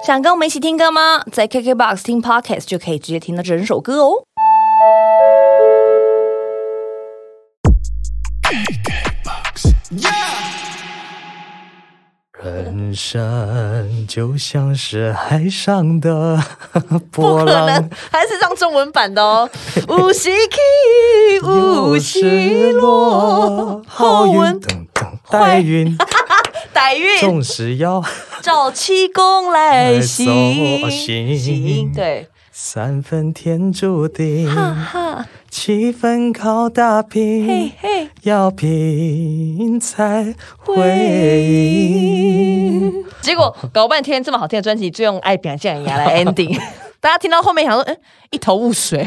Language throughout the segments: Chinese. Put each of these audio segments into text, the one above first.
想跟我们一起听歌吗？在 KKBOX 听 Podcast 就可以直接听到整首歌哦。 人生就像是海上的波不可能浪， 还是唱中文版的哦。有时起，有时落，好运等等带运， 歹运， 纵使要照气功来行。 行， 对， 3分天注定， 哈哈， 7分靠打拼， 嘿嘿， 要拼才会赢。 结果搞半天这么好听的专辑，就用爱表象牙来 ending， 大家听到后面想说，一头雾水。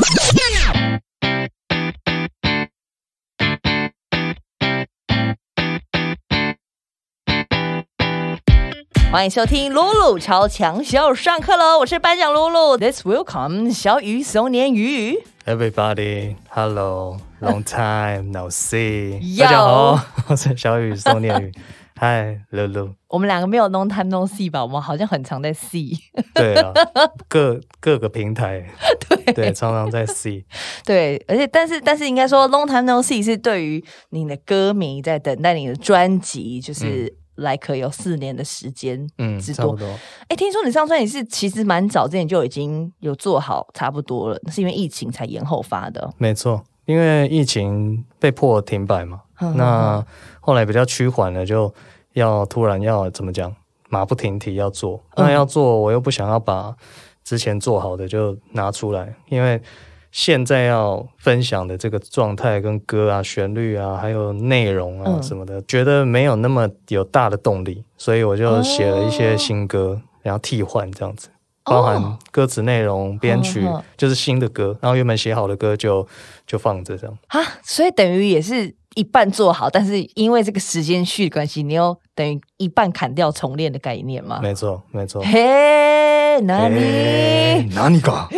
欢迎收听露露超强小上课喽！我是班长露露 ，Let's welcome 小雨松年雨。 Everybody, hello, long time no see. Yo 大家好，我是小雨宋念宇。嗨，露露。 我们两个没有 long time no see 吧？我们好像很常在 see。 对啊，各个平台，对，常常在 see。 对，而且但是应该说 long time no see 是对于你的歌迷在等待你的专辑，就是来可有4年的时间之多。 差不多。 听说你上专辑是其实蛮早之前就已经有做好差不多了，是因为疫情才延后发的。 没错，因为疫情被迫停摆嘛，那后来比较趋缓了，就突然要怎么讲，马不停蹄要做。那要做，我又不想要把之前做好的就拿出来，因为现在要分享的这个状态跟歌啊、旋律啊，还有内容啊什么的，觉得没有那么有大的动力，所以我就写了一些新歌，然后替换这样子，包含歌词内容、编曲，就是新的歌，然后原本写好的歌就放着这样。 啊，所以等于也是一半做好，但是因为这个时间序的关系，你又等于一半砍掉重练的概念吗？ 没错，没错。 嘿，那你哪里搞？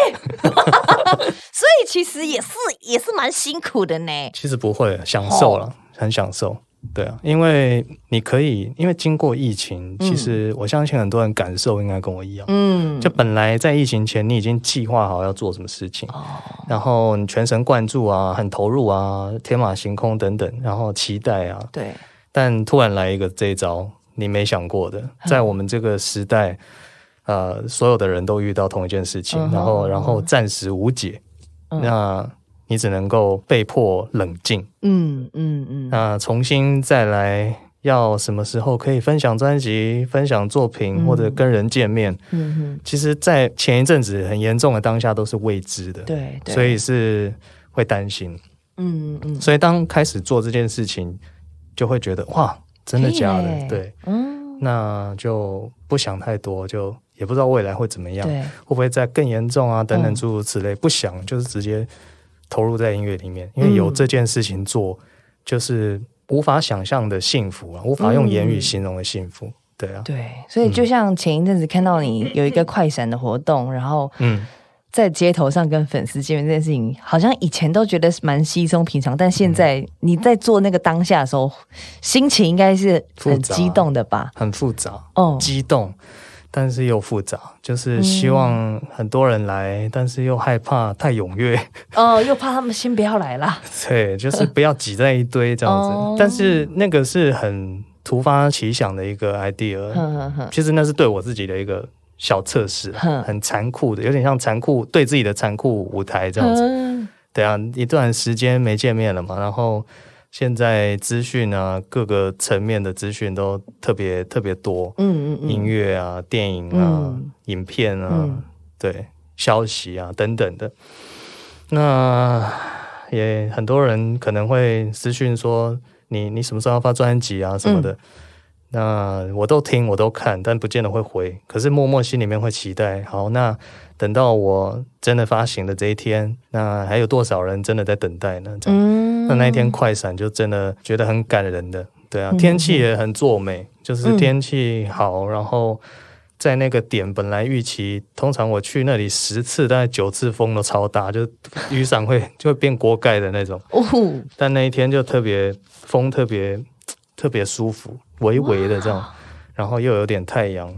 所以其实也是蛮辛苦的呢。 其实不会，享受了，很享受。对啊，因为你可以，因为经过疫情，其实我相信很多人感受应该跟我一样。就本来在疫情前，你已经计划好要做什么事情，然后你全神贯注啊，很投入啊，天马行空等等，然后期待啊。 对。 但突然来一个这一招，你没想过的，在我们这个时代，所有的人都遇到同一件事情，然后暂时无解，那你只能够被迫冷静，那重新再来，要什么时候可以分享专辑、分享作品，或者跟人见面？其实，在前一阵子很严重的当下都是未知的， 对， 所以是会担心，所以当开始做这件事情，就会觉得哇，真的假的？对，那就不想太多，就也不知道未来会怎么样，会不会再更严重啊？等等诸如此类，不想就是直接投入在音乐里面，因为有这件事情做，就是无法想象的幸福啊，无法用言语形容的幸福。对啊， 对，所以就像前一阵子看到你有一个快闪的活动，然后在街头上跟粉丝见面这件事情，好像以前都觉得是蛮稀松平常，但现在你在做那个当下的时候，心情应该是很激动的吧？ 很复杂，激动。但是又复杂，就是希望很多人来，但是又害怕太踊跃， 又怕他们先不要来啦。 对，就是不要挤在一堆这样子。但是那个是很突发奇想的一个 idea，其实那是对我自己的一个小测试，很残酷的，有点像对自己的残酷舞台这样子。对啊，一段时间没见面了嘛，然后现在资讯啊，各个层面的资讯都特别多，音乐啊、电影啊、影片啊，对，消息啊等等的。那也很多人可能会私讯说你什么时候要发专辑啊什么的。那我都听我都看，但不见得会回，可是默默心里面会期待，好，那等到我真的发行的这一天，那还有多少人真的在等待呢？这样，那一天快闪就真的觉得很感人的。对啊，天气也很作美，就是天气好，然后在那个点本来预期，通常我去那里10次，大概9次风都超大，就雨伞就会变锅盖的那种。但那一天就风特别舒服，微微的这样，然后又有点太阳，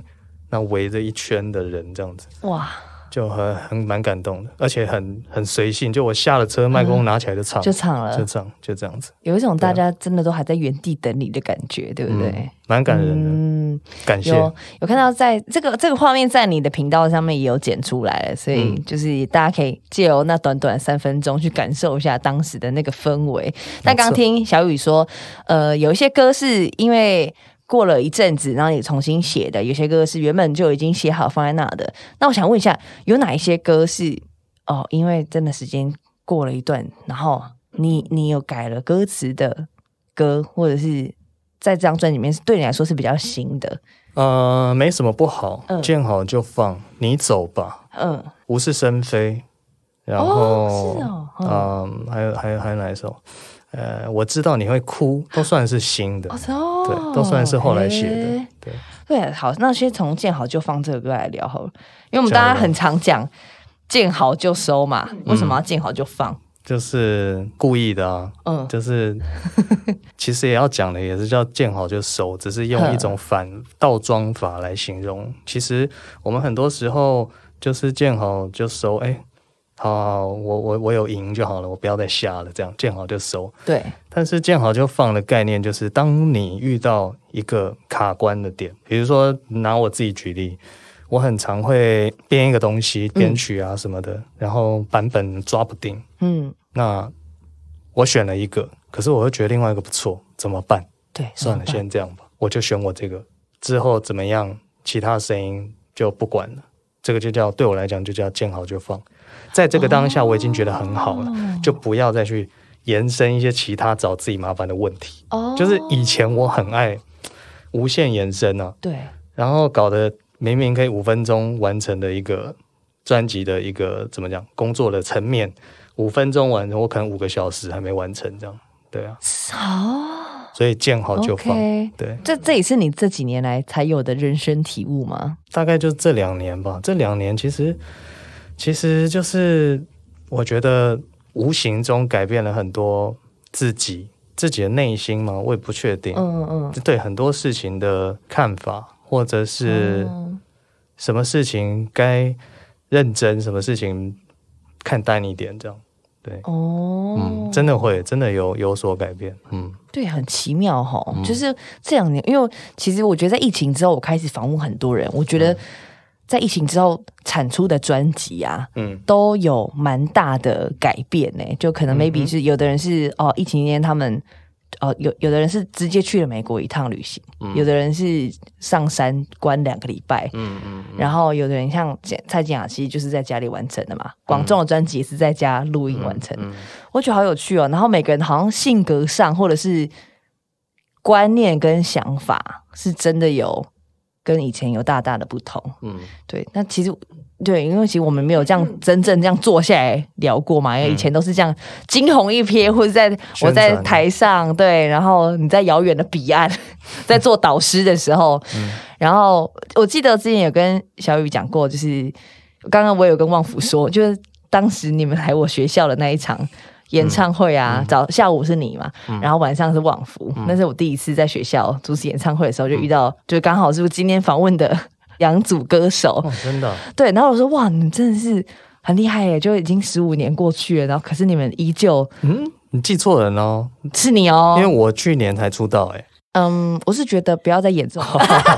那围着一圈的人这样子，哇，就蛮感动的，而且很随性，就我下了车，麦克风拿起来就唱， 就唱了， 就这样子， 有一种大家真的都还在原地等你的感觉，对不对？ 蛮感人的，感谢。 有看到在这个画面在你的频道上面也有剪出来了，所以就是大家可以借由那短短3分钟去感受一下当时的那个氛围。但刚听小雨说，有一些歌是因为过了一阵子，然后你重新写的，有些歌是原本就已经写好放在那的。那我想问一下，有哪一些歌是因为真的时间过了一段，然后你有改了歌词的歌，或者是在这张专辑里面对你来说是比较新的？ 没什么不好，见好就放，你走吧，无事生非，然后还有哪一首？我知道你会哭，都算是新的，对，都算是后来写的， 对，好，那先从见好就放这个歌来聊好了，因为我们大家很常讲见好就收嘛，为什么要见好就放？ 就是故意的啊，就是其实也要讲的，也是叫见好就收，只是用一种反倒装法来形容。其实我们很多时候就是见好就收，好，我有赢就好了，我不要再下了，这样见好就收。对，但是见好就放的概念就是，当你遇到一个卡关的点，比如说拿我自己举例，我很常会编一个东西，编曲啊什么的，然后版本抓不定，那我选了一个，可是我又觉得另外一个不错，怎么办？对，算了，先这样吧，我就选我这个，之后怎么样，其他声音就不管了。这个就叫对我来讲就叫见好就放，在这个当下我已经觉得很好了，就不要再去延伸一些其他找自己麻烦的问题。就是以前我很爱无限延伸啊，对，然后搞得明明可以5分钟完成的一个专辑的一个怎么讲工作的层面，5分钟完成，我可能5个小时还没完成，这样，对啊，所以见好就放。对， 这也是你这几年来才有的人生体悟吗？ 大概就这2年吧。这2年其实就是我觉得无形中改变了很多自己的内心嘛，我也不确定。对很多事情的看法，或者是什么事情该认真，什么事情看淡一点，这样。对，真的会，真的有所改变。 对，很奇妙齁。就是这2年，因为其实我觉得在疫情之后，我开始访问很多人，我觉得在疫情之后产出的专辑啊，都有蛮大的改变呢。就可能 maybe 是有的人是疫情间他们有的人是直接去了美国一趟旅行，有的人是上山关2个礼拜，然后有的人像蔡健雅其实就是在家里完成的嘛，广仲的专辑也是在家录音完成，我觉得好有趣哦。然后每个人好像性格上或者是观念跟想法是真的有跟以前有大大的不同，对。那其实对，因为其实我们没有这样真正这样坐下来聊过嘛，因为以前都是这样惊鸿一瞥，或者我在台上，对，然后你在遥远的彼岸在做导师的时候，然后我记得之前有跟小雨讲过，就是刚刚我有跟旺福说，就是当时你们来我学校的那一场演唱会啊，下午是你嘛，然后晚上是旺福，那是我第一次在学校主持演唱会的时候就遇到，就刚好是今天访问的2组歌手， 真的， 对，然后我说哇，你真的是很厉害耶，就已经15年过去了，然后可是你们依旧， 你记错人哦， 是你哦， 因为我去年才出道哎， 我是觉得不要再演这种。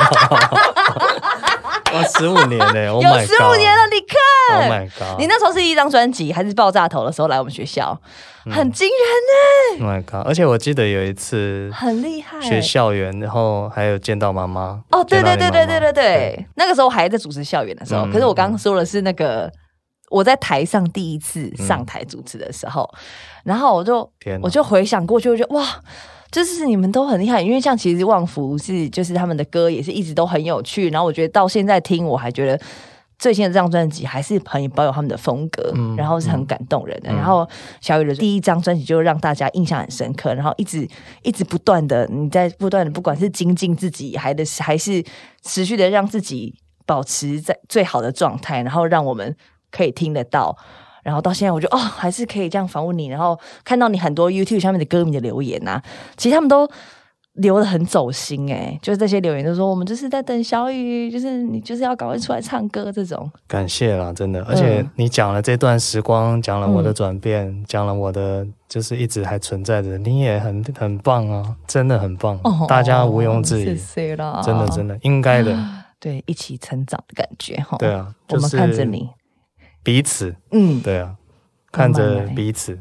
哇，15年嘞！Oh 有15年了，你看 ！Oh my god！ 你那时候是第1张专辑还是爆炸头的时候来我们学校，很惊人呢！ Oh my god！ 而且我记得有一次很厉害， 学校园，然后还有见到妈妈。 哦，对，那个时候还在主持校园的时候，可是我刚刚说的是那个我在台上第一次上台主持的时候，然后我就回想过去，我觉得哇。就是你们都很厉害，因为像其实旺福就是他们的歌也是一直都很有趣，然后我觉得到现在听我还觉得最新的这张专辑还是很保有他们的风格，然后是很感动人的。然后小雨的第1张专辑就让大家印象很深刻，然后一直不断的你在不断的不管是精进自己，还是持续的让自己保持在最好的状态，然后让我们可以听得到。然后到现在我觉得还是可以这样访问你，然后看到你很多 YouTube 上面的歌迷的留言啊，其实他们都留得很走心就是这些留言都说我们就是在等小雨，就是你就是要赶快出来唱歌这种。 感谢啦，真的，而且你讲了这段时光，讲了我的转变，讲了我的就是一直还存在的，你也很棒啊，真的很棒，大家毋庸置疑， 谢谢啦， 真的应该的， 对，一起成长的感觉对啊， 我们看着你， 彼此，对啊，看着彼此，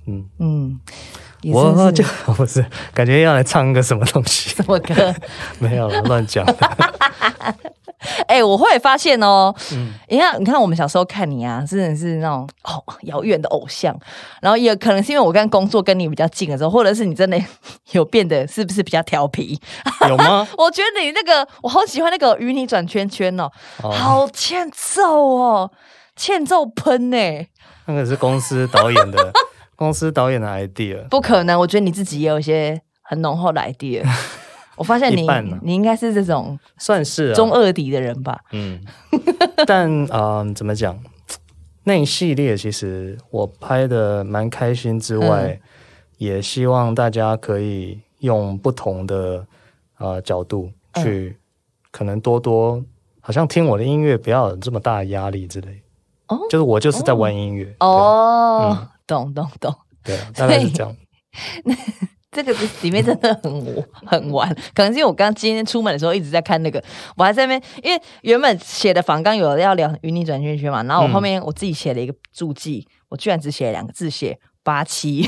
我就不是感觉要来唱个什么东西， 什么歌？ 没有了，乱讲。 我会发现你看我们小时候看你啊，真的是那种遥远的偶像，然后也可能是因为我刚工作跟你比较近的时候，或者是你真的有变得是不是比较调皮？ 有吗？ 我觉得你那个我好喜欢那个与你转圈圈好欠揍欠揍喷那个是公司导演的。公司导演的 idea 不可能，我觉得你自己也有一些很浓厚的 idea 我发现你应该是这种算是中二底的人吧。 但怎么讲，那一系列其实我拍的蛮开心之外，也希望大家可以用不同的角度去可能多好像听我的音乐不要有这么大的压力之类就是我就是在玩音乐懂， 对啊，大概是这样。 这个里面真的很玩，可能是因为我刚今天出门的时候一直在看那个，我还在那边，因为原本写的访纲有要聊与你转圈圈嘛，然后我后面我自己写了一个注记，我居然只写了2个字，写87，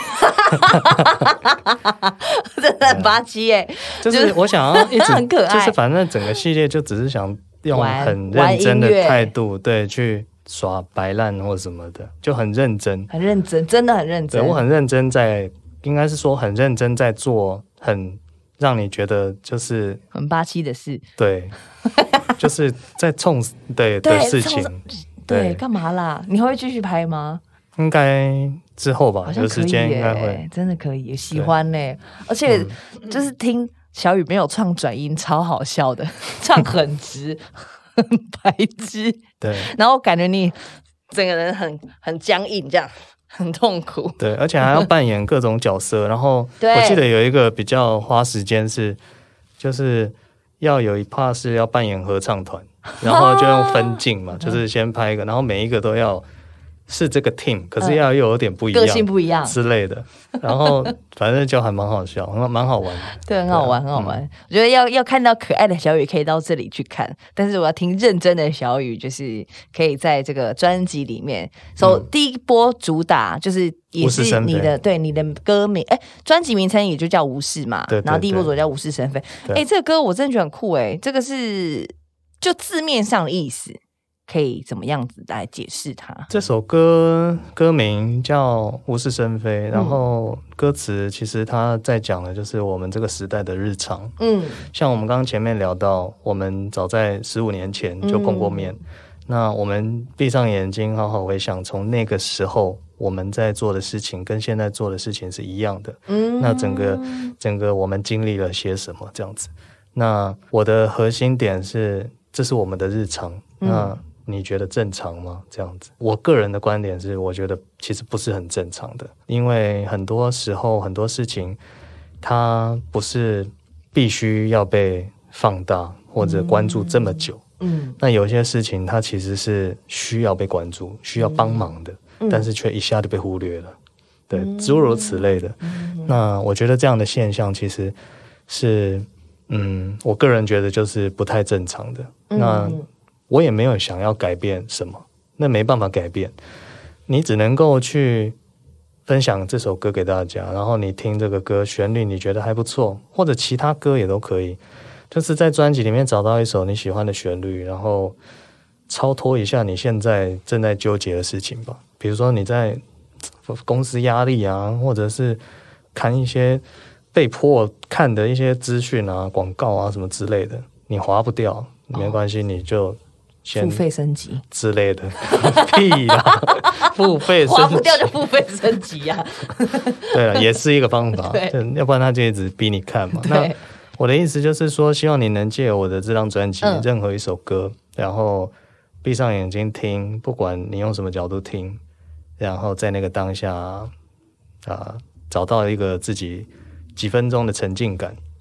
真的很87 就是我想要一直很可爱， 就是反正整个系列就只是想用很认真的态度，对，去耍白烂或什么的，就很认真， 真的很认真。 对，我很认真在，应该是说很认真在做，很让你觉得就是很87的事， 对，就是在冲的事情， 对，干嘛啦？你会继续拍吗？ 应该之后吧，有时间应该会， 真的可以，喜欢而且就是听小雨没有唱转音，超好笑的，唱很直。很白痴， 对， 然后感觉你整个人很僵硬，这样很痛苦， 对，而且还要扮演各种角色。然后我记得有一个比较花时间是，就是要有一 part 是要扮演合唱团，然后就用分镜嘛，就是先拍一个，然后每一个都要是这个 team， 可是又有点不一样， 个性不一样之类的。然后反正就还蛮好笑，蛮好玩的。 对，很好玩，很好玩。我觉得要看到可爱的小雨，可以到这里去看。但是我要听认真的小雨，就是可以在这个专辑里面，第一波主打就是也是你的，对你的歌名，专辑名称也就叫无事嘛。 对， 然后第一波主打叫无事生非。这个歌我真的觉得很酷这个是就字面上的意思。可以怎么样子来解释它？ 这首歌名叫《无事生非》，然后歌词其实它在讲的就是我们这个时代的日常。像我们刚刚前面聊到，我们早在15年前就碰过面，那我们闭上眼睛好好回想，从那个时候我们在做的事情跟现在做的事情是一样的。那整个我们经历了些什么这样子？那我的核心点是，这是我们的日常。那你觉得正常吗？这样子，我个人的观点是，我觉得其实不是很正常的，因为很多时候很多事情，它不是必须要被放大或者关注这么久。那有些事情它其实是需要被关注、需要帮忙的，但是却一下就被忽略了。对，诸如此类的。那我觉得这样的现象其实是，我个人觉得就是不太正常的。那我也没有想要改变什么，那没办法改变，你只能够去分享这首歌给大家，然后你听这个歌旋律你觉得还不错，或者其他歌也都可以，就是在专辑里面找到一首你喜欢的旋律，然后超脱一下你现在正在纠结的事情吧。比如说你在公司压力啊，或者是看一些被迫看的一些资讯啊、广告啊什么之类的，你滑不掉没关系，你就付费升级之类的，屁啦！付费升级， 花不掉就付费升级啊！ 对了，也是一个方法，要不然他就一直逼你看嘛。那我的意思就是说，希望你能借我的这张专辑，任何一首歌，然后闭上眼睛听，不管你用什么角度听，然后在那个当下找到一个自己几分钟的沉浸感，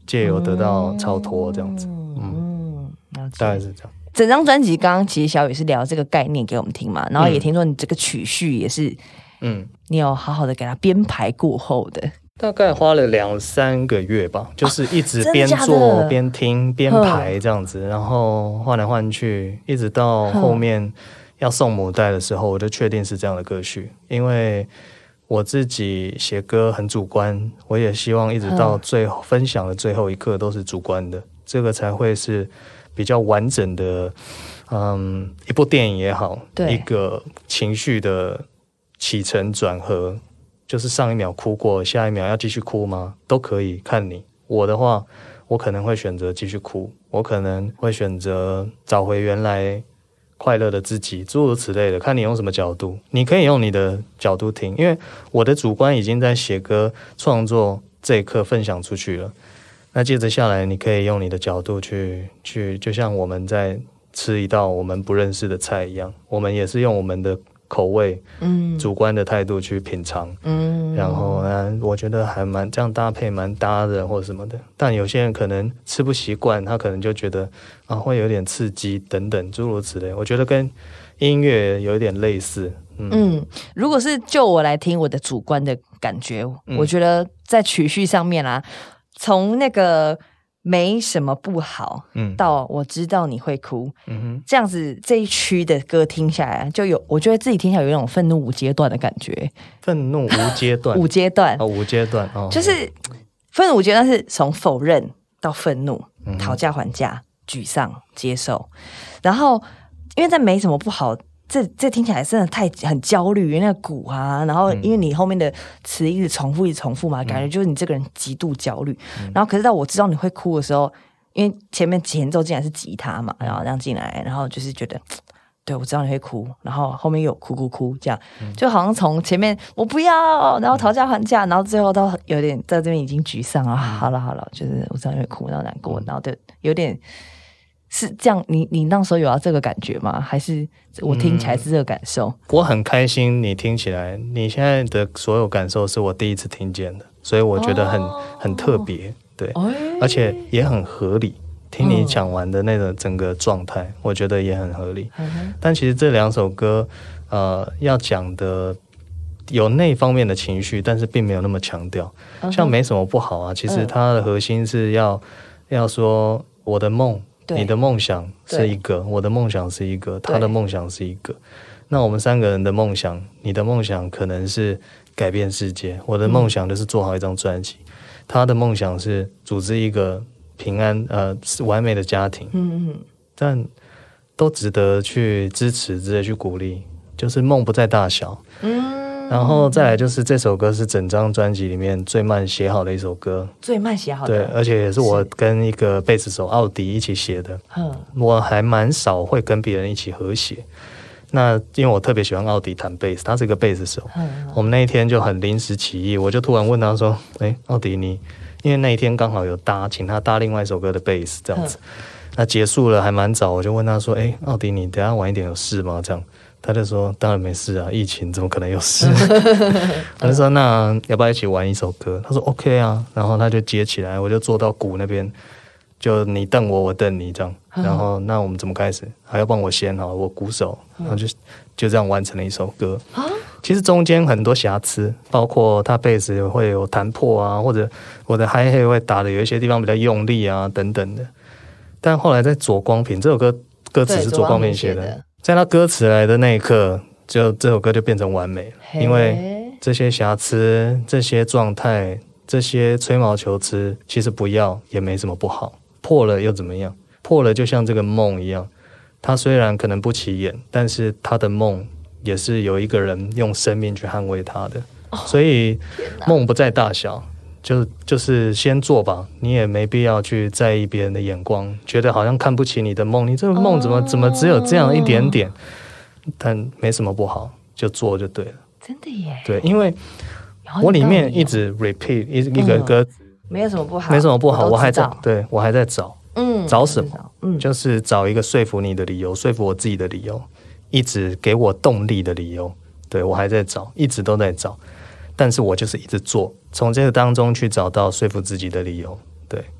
借由得到超脱这样子。大概是这样。 整张专辑刚刚其实小雨是聊这个概念给我们听嘛，然后也听说你这个曲序也是，你有好好的给它编排过后的， 大概花了2-3个月吧，就是一直边做边听边排这样子，然后换来换去，一直到后面要送母带的时候，我就确定是这样的歌序，因为我自己写歌很主观，我也希望一直到最后分享的最后一刻都是主观的，这个才会是比较完整的，一部电影也好，一个情绪的起承转合，就是上一秒哭过，下一秒要继续哭吗？都可以，看你。我的话，我可能会选择继续哭，我可能会选择找回原来快乐的自己，诸如此类的，看你用什么角度。你可以用你的角度听，因为我的主观已经在写歌创作这一刻分享出去了。那接着下来，你可以用你的角度去，就像我们在吃一道我们不认识的菜一样，我们也是用我们的口味，主观的态度去品尝，然后我觉得还蛮这样搭配蛮搭的或什么的。但有些人可能吃不习惯，他可能就觉得会有点刺激等等诸如此类。我觉得跟音乐有一点类似。 如果是就我来听我的主观的感觉，我觉得在曲序上面啦，从那个没什么不好，到我知道你会哭，这样子这一区的歌听下来，就有我觉得自己听起来有一种愤怒无阶段的感觉。 愤怒无阶段， 无阶段无阶段就是愤怒无阶段是从否认到愤怒，讨价还价，沮丧，接受，然后因为在没什么不好。这听起来真的很焦虑，因为那个鼓啊，然后因为你后面的词一直重复嘛，感觉就是你这个人极度焦虑。然后可是到我知道你会哭的时候，因为前面前奏竟然是吉他嘛，然后这样进来，然后就是觉得，对我知道你会哭，然后后面又有哭，这样就好像从前面我不要，然后讨价还价，然后最后到有点在这边已经沮丧了，好了，就是我知道你会哭，然后难过，然后就有点。是这样，你那时候有要这个感觉吗？还是我听起来是这个感受？ 我很开心，你听起来，你现在的所有感受是我第一次听见的，所以我觉得很特别，对，而且也很合理。听你讲完的那个整个状态，我觉得也很合理。但其实这2首歌，要讲的有那方面的情绪，但是并没有那么强调。像没什么不好啊，其实它的核心是要说我的梦。你的梦想是一个，我的梦想是一个，他的梦想是一个。那我们3个人的梦想，你的梦想可能是改变世界，我的梦想就是做好一张专辑，他的梦想是组织一个平安完美的家庭。但都值得去支持，值得去鼓励，就是梦不在大小。然后再来就是这首歌是整张专辑里面最慢写好的一首歌， 最慢写好的， 对，而且也是我跟一个贝斯手奥迪一起写的。我还蛮少会跟别人一起合写，那因为我特别喜欢奥迪弹贝斯，他是一个贝斯手。我们那一天就很临时起意，我就突然问他说：“奥迪你，因为那一天刚好有请他搭另外一首歌的贝斯这样子。那结束了还蛮早，我就问他说：奥迪你等一下晚一点有事吗？这样。”他就说当然没事啊，疫情怎么可能有事？他就说那要不要一起玩一首歌？他说 OK 啊，然后他就接起来，我就坐到鼓那边，就你瞪我，我瞪你这样，然后那我们怎么开始？还要帮我先好，我鼓手，然后就这样完成了一首歌。其实中间很多瑕疵，包括他贝斯会有弹破啊，或者我的嗨嘿会打的有一些地方比较用力啊等等的。但后来在左光平这首歌词是左光平写的。在他歌词来的那一刻，就这首歌就变成完美了，因为这些瑕疵、这些状态、这些吹毛求疵，其实不要也没什么不好。破了又怎么样？破了就像这个梦一样，它虽然可能不起眼，但是他的梦也是有一个人用生命去捍卫他的。所以梦不在大小，就是先做吧，你也没必要去在意别人的眼光，觉得好像看不起你的梦，你这个梦怎么只有这样一点点，但没什么不好，就做就对了。 真的耶。 对，因为我里面一直 repeat 一个歌词， 没有什么不好， 没什么不好，我还在找，找什么？就是找一个说服你的理由，说服我自己的理由，一直给我动力的理由。对，我还在找，一直都在找。但是我就是一直做，从这个当中去找到说服自己的理由。对，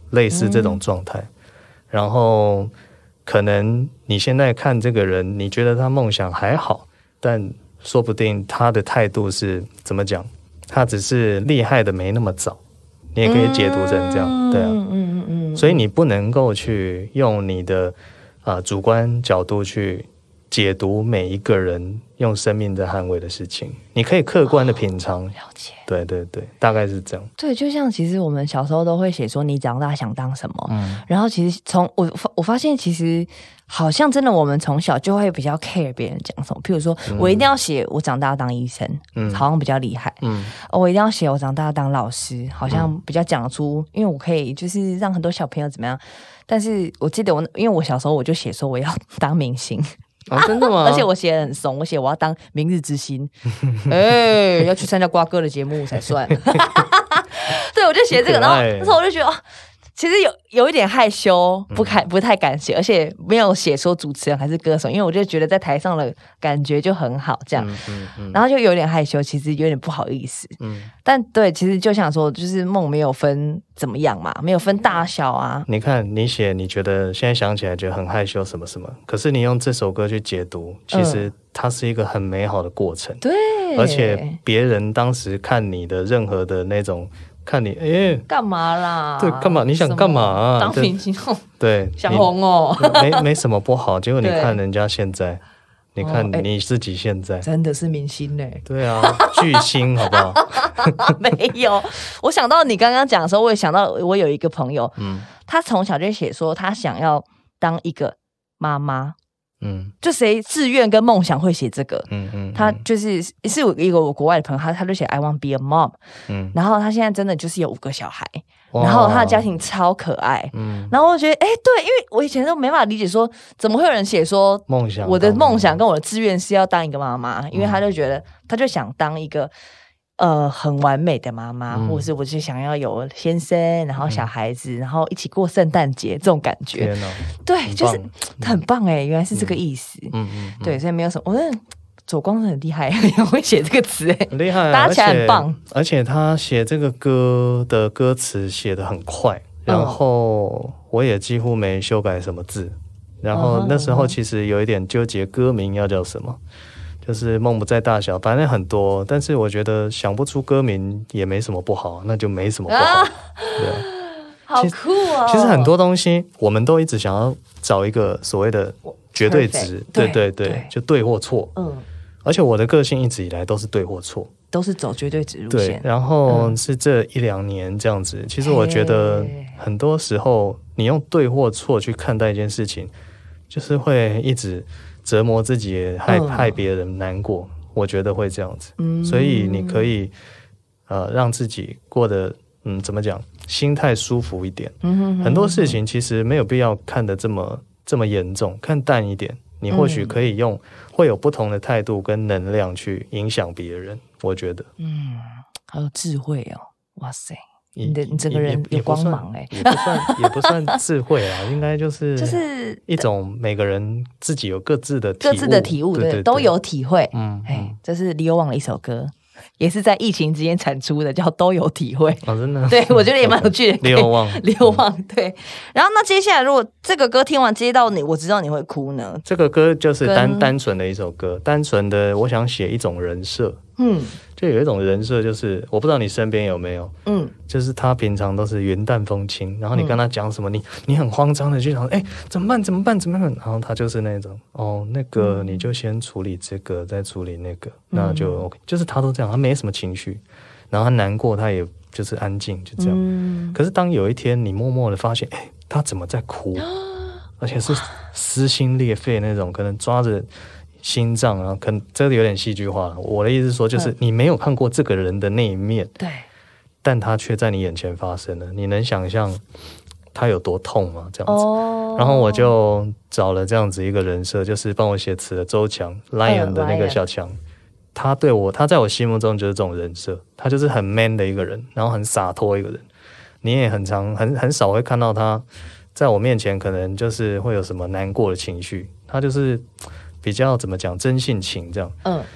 类似这种状态。然后可能你现在看这个人，你觉得他梦想还好，但说不定他的态度是怎么讲，他只是厉害的没那么早，你也可以解读成这样，对啊，所以你不能够去用你的主观角度去解读每一个人用生命在捍卫的事情，你可以客观的品尝， 了解， 对对对，大概是这样。 对，就像其实我们小时候都会写说你长大想当什么，然后其实从我发现其实好像真的我们从小就会比较 care 别人讲什么，譬如说我一定要写我长大要当医生，好像比较厉害，我一定要写我长大要当老师，好像比较讲得出，因为我可以就是让很多小朋友怎么样。但是我记得因为我小时候我就写说我要当明星。 真的吗？ 而且我写得很怂，我写我要当明日之星，要去参加瓜哥的节目才算。对，我就写这个，然后那时候我就觉得，其实有一点害羞，不太敢写，而且没有写说主持人还是歌手，因为我就觉得在台上的感觉就很好，这样，然后就有点害羞，其实有点不好意思。但对，其实就想说，就是梦没有分怎么样嘛，没有分大小啊。 你看你写，你觉得现在想起来觉得很害羞什么什么，可是你用这首歌去解读，其实它是一个很美好的过程。 对， 而且别人当时看你的任何的那种。看你干嘛啦？ 对，干嘛？你想干嘛啊？ 当明星哦？ 对， 想红哦？ 没什么不好。结果你看人家现在，你看你自己现在， 真的是明星嘞！ 对啊，巨星好不好？ 没有，我想到你刚刚讲的时候，我也想到我有一个朋友，他从小就写说他想要当一个妈妈。就谁志愿跟梦想会写这个？他就是一个我国外的朋友，他就写 I want be a mom。然后他现在真的就是有5个小孩，然后他的家庭超可爱。然后我觉得，对，因为我以前都没办法理解说，怎么会有人写说梦想，我的梦想跟我的志愿是要当一个妈妈，因为他就觉得他就想当一个。很完美的妈妈，或者是我就想要有先生，然后小孩子，然后一起过圣诞节这种感觉。对，就是很棒哎，原来是这个意思。对，所以没有什么，我觉得左光很厉害，很会写这个词哎， 很厉害， 搭起来很棒。 而且他写这个歌的歌词写得很快，然后我也几乎没修改什么字。然后那时候其实有一点纠结，歌名要叫什么。就是梦不在大小，反正很多，但是我觉得想不出歌名也没什么不好，那就没什么不好。对， 好酷哦！ 其实很多东西我们都一直想要找一个所谓的绝对值，对，就对或错。而且我的个性一直以来都是对或错， 都是走绝对值路对， 线。 然后是这1-2年这样子。其实我觉得很多时候你用对或错去看待一件事情，就是会一直折磨自己，害别人难过，我觉得会这样子。所以你可以让自己过得怎么讲，心态舒服一点。很多事情其实没有必要看得这么严重，看淡一点。你或许可以会有不同的态度跟能量去影响别人。我觉得， 好有智慧哦！哇塞。你整个人有光芒也不算智慧啊，应该就是一种每个人自己有各自的体悟， 对，都有体会。这是李友旺的一首歌，也是在疫情之间产出的，叫《都有体会》。 真的， 对我觉得也蛮有趣的。 李友旺， 对。然后那接下来，如果这个歌听完接到你，我知道你会哭呢。 这个歌就是单纯的一首歌，单纯的我想写一种人设。就有一种人设，就是我不知道你身边有没有，就是他平常都是云淡风轻，然后你跟他讲什么，你很慌张的去想，怎么办，然后他就是那种，那个你就先处理这个，再处理那个，那就 OK，就是他都这样，他没什么情绪，然后他难过，他也就是安静，就这样。可是当有一天你默默的发现，他怎么在哭，而且是撕心裂肺那种，可能抓着心脏啊，可能这个有点戏剧化了。我的意思是说，就是你没有看过这个人的那一面， 对， 但他却在你眼前发生了。你能想象他有多痛吗？这样子。然后我就找了这样子一个人设，就是帮我写词的周强 Lion 的那个小强。他在我心目中就是这种人设，他就是很 man 的一个人，然后很洒脱一个人。你也很少会看到他在我面前，可能就是会有什么难过的情绪。他就是比较怎么讲真性情这样。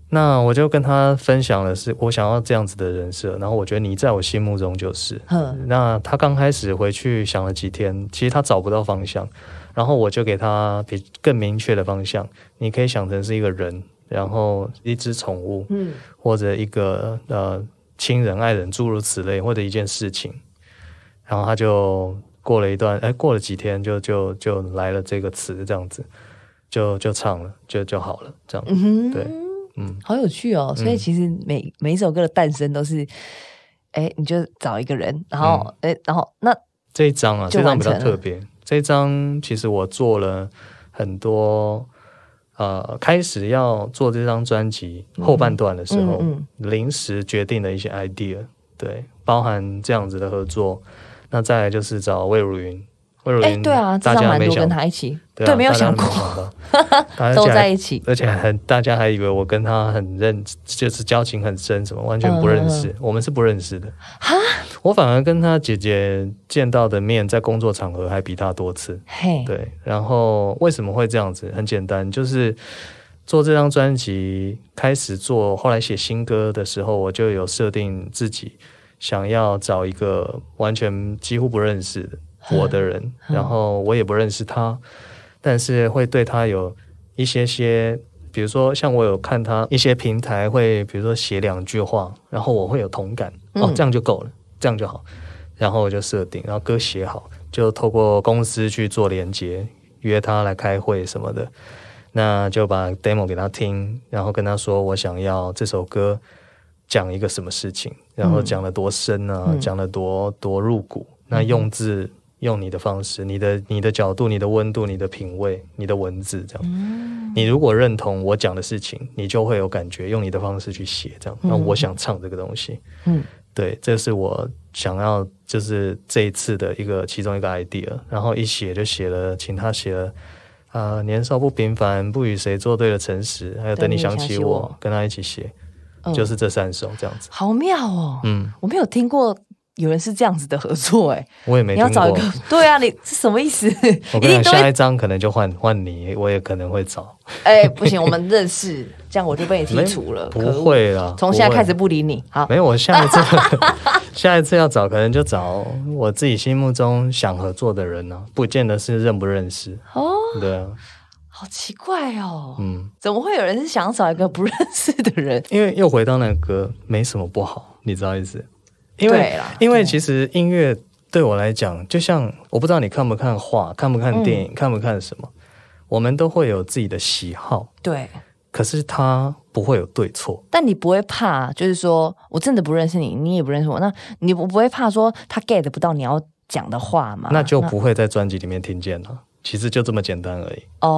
那我就跟他分享的是我想要这样子的人设，然后我觉得你在我心目中就是。那他刚开始回去想了几天，其实他找不到方向，然后我就给他更明确的方向，你可以想成是一个人，然后一只宠物，或者一个亲人爱人诸如此类，或者一件事情。然后他就过了几天就来了这个词，这样子就唱了，就好了，这样。对。 好有趣哦！所以其实每一首歌的诞生都是，你就找一个人，然后那这一张啊，这张比较特别。这一张其实我做了很多，开始要做这张专辑后半段的时候，临时决定的一些 idea， 对，包含这样子的合作。那再来就是找魏如云。 对啊，这张蛮多跟他一起，对，没有想过都在一起， 而且大家还以为我跟他就是交情很深，什么完全不认识，我们是不认识的。哈，我反而跟他姐姐见到的面，在工作场合还比他多次。对，然后为什么会这样子？很简单，就是做这张专辑开始做，后来写新歌的时候，我就有设定自己想要找一个完全几乎不认识的我的人，然后我也不认识他，但是会对他有一些，比如说像我有看他一些平台会，比如说写2句话，然后我会有同感，这样就够了，这样就好，然后我就设定，然后歌写好，就透过公司去做连结，约他来开会什么的，那就把 demo 给他听，然后跟他说我想要这首歌讲一个什么事情，然后讲得多深啊，讲得多入骨，那用字用你的方式，你的角度，你的温度，你的品味，你的文字，这样。你如果认同我讲的事情，你就会有感觉，用你的方式去写，这样。那我想唱这个东西，对，这是我想要，就是这一次的其中一个 idea。然后一写就写了，请他写了年少不平凡，不与谁作对的诚实，还有等你想起我，跟他一起写，就是这3首这样子。 好妙哦，我没有听过。有人是这样子的合作， 我也没听过。 你要找一个，对啊，你是什么意思？ 我跟你讲，下一张可能就换你，我也可能会找。 不行，我们认识，这样我就被你剔除了。 不会啦， 从现在开始不理你。好， 没有，我下一次要找，可能就找我自己心目中想合作的人啊，不见得是认不认识。对啊。 好奇怪哦，怎么会有人是想找一个不认识的人？ 因为又回到那个歌，没什么不好，你知道意思？因为其实音乐对我来讲，就像我不知道你看不看画，看不看电影，看不看什么，我们都会有自己的喜好。 对， 可是它不会有对错。 但你不会怕，就是说我真的不认识你，你也不认识我，那你不会怕说他 get 不到你要讲的话吗？ 那就不会在专辑里面听见了。其实就这么简单而已。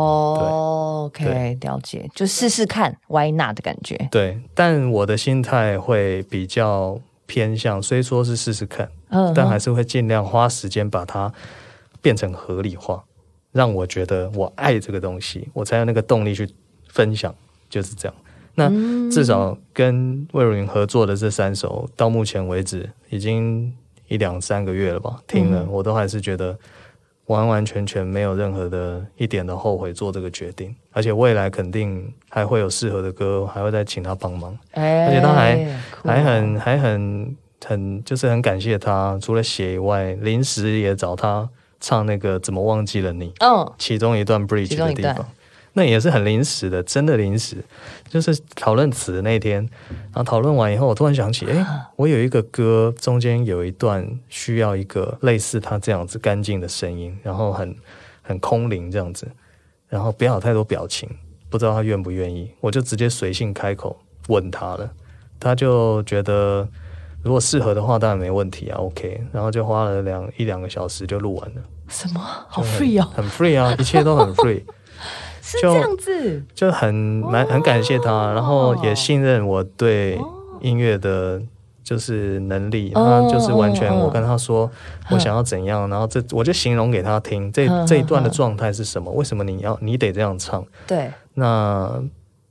OK， 了解，就试试看 ，Why not 的感觉。 对，但我的心态会比较偏向，虽说是试试看，但还是会尽量花时间把它变成合理化，让我觉得我爱这个东西，我才有那个动力去分享，就是这样。那至少跟魏如云合作的这3首，到目前为止已经1、2、3个月了吧，听了我都还是觉得完完全全没有任何的一点的后悔做这个决定，而且未来肯定还会有适合的歌，还会再请他帮忙，而且他还很就是很感谢他，除了写以外，临时也找他唱那个怎么忘记了你，其中一段 bridge 的地方，那也是很临时的，真的临时，就是讨论词的那天，然后讨论完以后，我突然想起，我有一个歌中间有一段需要一个类似他这样子干净的声音，然后很空灵这样子，然后不要有太多表情，不知道他愿不愿意，我就直接随性开口问他了，他就觉得如果适合的话当然没问题啊 OK， 然后就花了1-2个小时就录完了。 什么好 free 哦， 很 free 啊，一切都很 free 是这样子， 就很感谢他，然后也信任我对音乐的就是能力，他就是完全我跟他说我想要怎样，然后我就形容给他听，这一段的状态是什么，为什么你得这样唱， 对， 那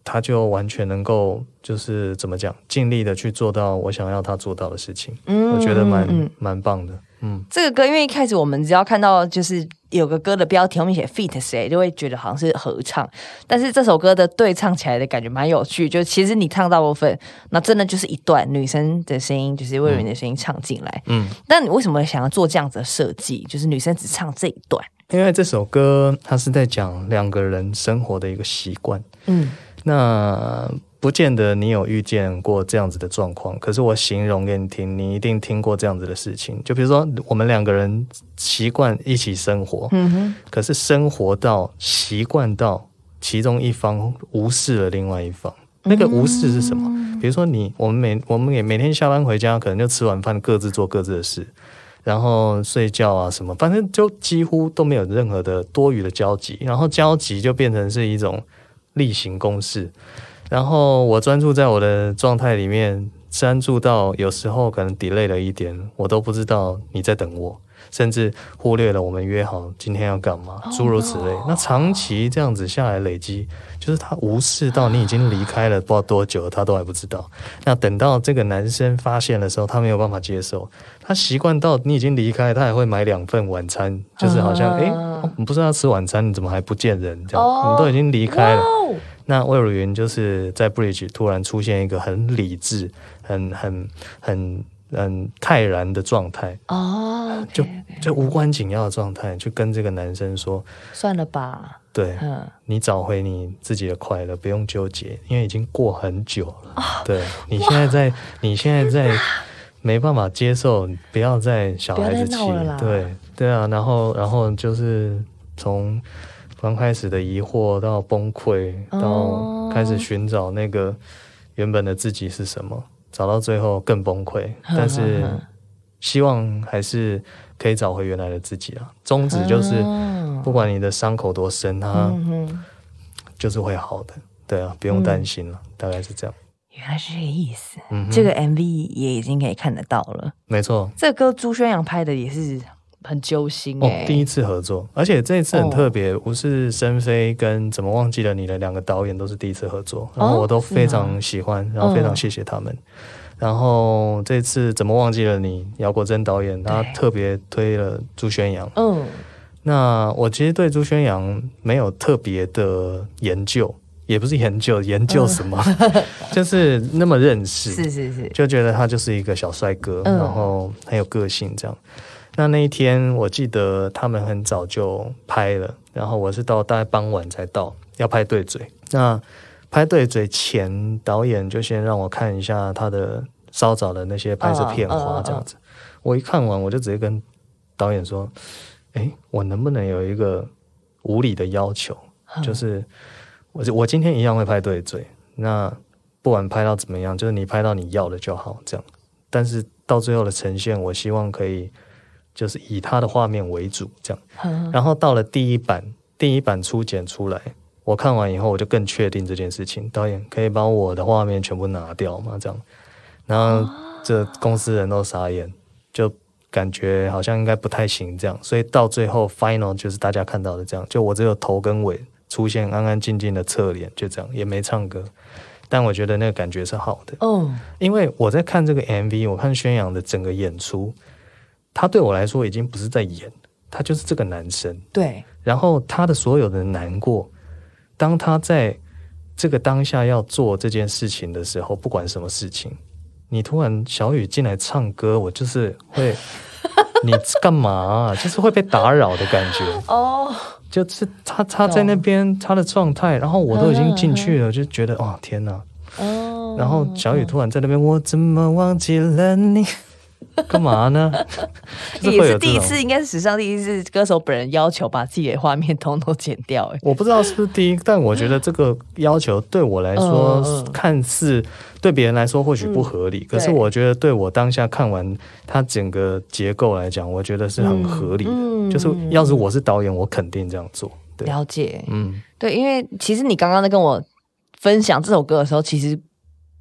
他就完全能够就是怎么讲，尽力的去做到我想要他做到的事情。我觉得蛮棒的。 这个歌因为一开始我们只要看到就是有个歌的标题后面写 feat 谁，就会觉得好像是合唱，但是这首歌的对唱起来的感觉蛮有趣，就其实你唱到部分，那真的就是一段女生的声音，就是魏如云的声音唱进来。但你为什么想要做这样子的设计，就是女生只唱这一段？ 因为这首歌它是在讲两个人生活的一个习惯。那不见得你有遇见过这样子的状况，可是我形容给你听，你一定听过这样子的事情。就比如说我们两个人习惯一起生活，可是生活到习惯到其中一方无视了另外一方，那个无视是什么？比如说我们每天下班回家，可能就吃完饭各自做各自的事，然后睡觉啊什么，反正就几乎都没有任何的多余的交集，然后交集就变成是一种例行公事。然后我专注在我的状态里面，专注到有时候可能 delay 了一点，我都不知道你在等我，甚至忽略了我们约好今天要干嘛，诸如此类。那长期这样子下来累积，就是他无视到你已经离开了不知道多久，他都还不知道。那等到这个男生发现的时候，他没有办法接受，他习惯到你已经离开，他还会买2份晚餐，就是好像你不是要吃晚餐，你怎么还不见人？这样我们都已经离开了。那魏如云就是在 Bridge 突然出现一个很理智、很泰然的状态就无关紧要的状态，去跟这个男生说：“ 算了吧， 对，你找回你自己的快乐，不用纠结，因为已经过很久了。对，你现在在没办法接受，不要再小孩子气，对啊，然后就是从。”刚开始的疑惑到崩溃，到开始寻找那个原本的自己是什么，找到最后更崩溃，但是希望还是可以找回原来的自己啊。宗旨就是不管你的伤口多深，它就是会好的。对啊，不用担心了，大概是这样。 原来是这个意思。这个 MV 也已经可以看得到了。 没错， 这个歌朱轩洋拍的也是很揪心第一次合作，而且这一次很特别，无事生非跟怎么忘记了你的2个导演都是第一次合作，然后我都非常喜欢，然后非常谢谢他们。然后这次怎么忘记了你，姚国珍导演他特别推了朱轩洋。那我其实对朱轩洋没有特别的研究，也不是研究什么，就是那么认识， 是， 就觉得他就是一个小帅哥，然后很有个性这样。那一天我记得他们很早就拍了，然后我是到大概傍晚才到，要拍对嘴。那拍对嘴前，导演就先让我看一下他的稍早的那些拍摄片花这样子。我一看完，我就直接跟导演说：“我能不能有一个无理的要求，就是我今天一样会拍对嘴，那不管拍到怎么样，就是你拍到你要的就好，这样。但是到最后的呈现，我希望可以。”就是以他的画面为主，这样。然后到了第一版初剪出来，我看完以后，我就更确定这件事情。导演可以把我的画面全部拿掉吗？这样，然后这公司人都傻眼，就感觉好像应该不太行这样。所以到最后 final 就是大家看到的这样，就我只有头跟尾出现安安静静的侧脸，就这样，也没唱歌。但我觉得那个感觉是好的因为我在看这个 MV， 我看宣扬的整个演出。他对我来说已经不是在演，他就是这个男生。 对， 然后他的所有的难过，当他在这个当下要做这件事情的时候，不管什么事情，你突然小雨进来唱歌，我就是会，你干嘛啊？就是会被打扰的感觉。就是他在那边他的状态，然后我都已经进去了，就觉得天哪。然后小雨突然在那边，我怎么忘记了你？干嘛呢？ 也是第一次，应该是史上第一次，歌手本人要求把自己的画面统统剪掉。 我不知道是不是第一，但我觉得这个要求对我来说，看似对别人来说或许不合理，可是我觉得对我当下看完它整个结构来讲，我觉得是很合理的。就是要是我是导演，我肯定这样做。对， 了解，对，因为其实你刚刚在跟我分享这首歌的时候，其实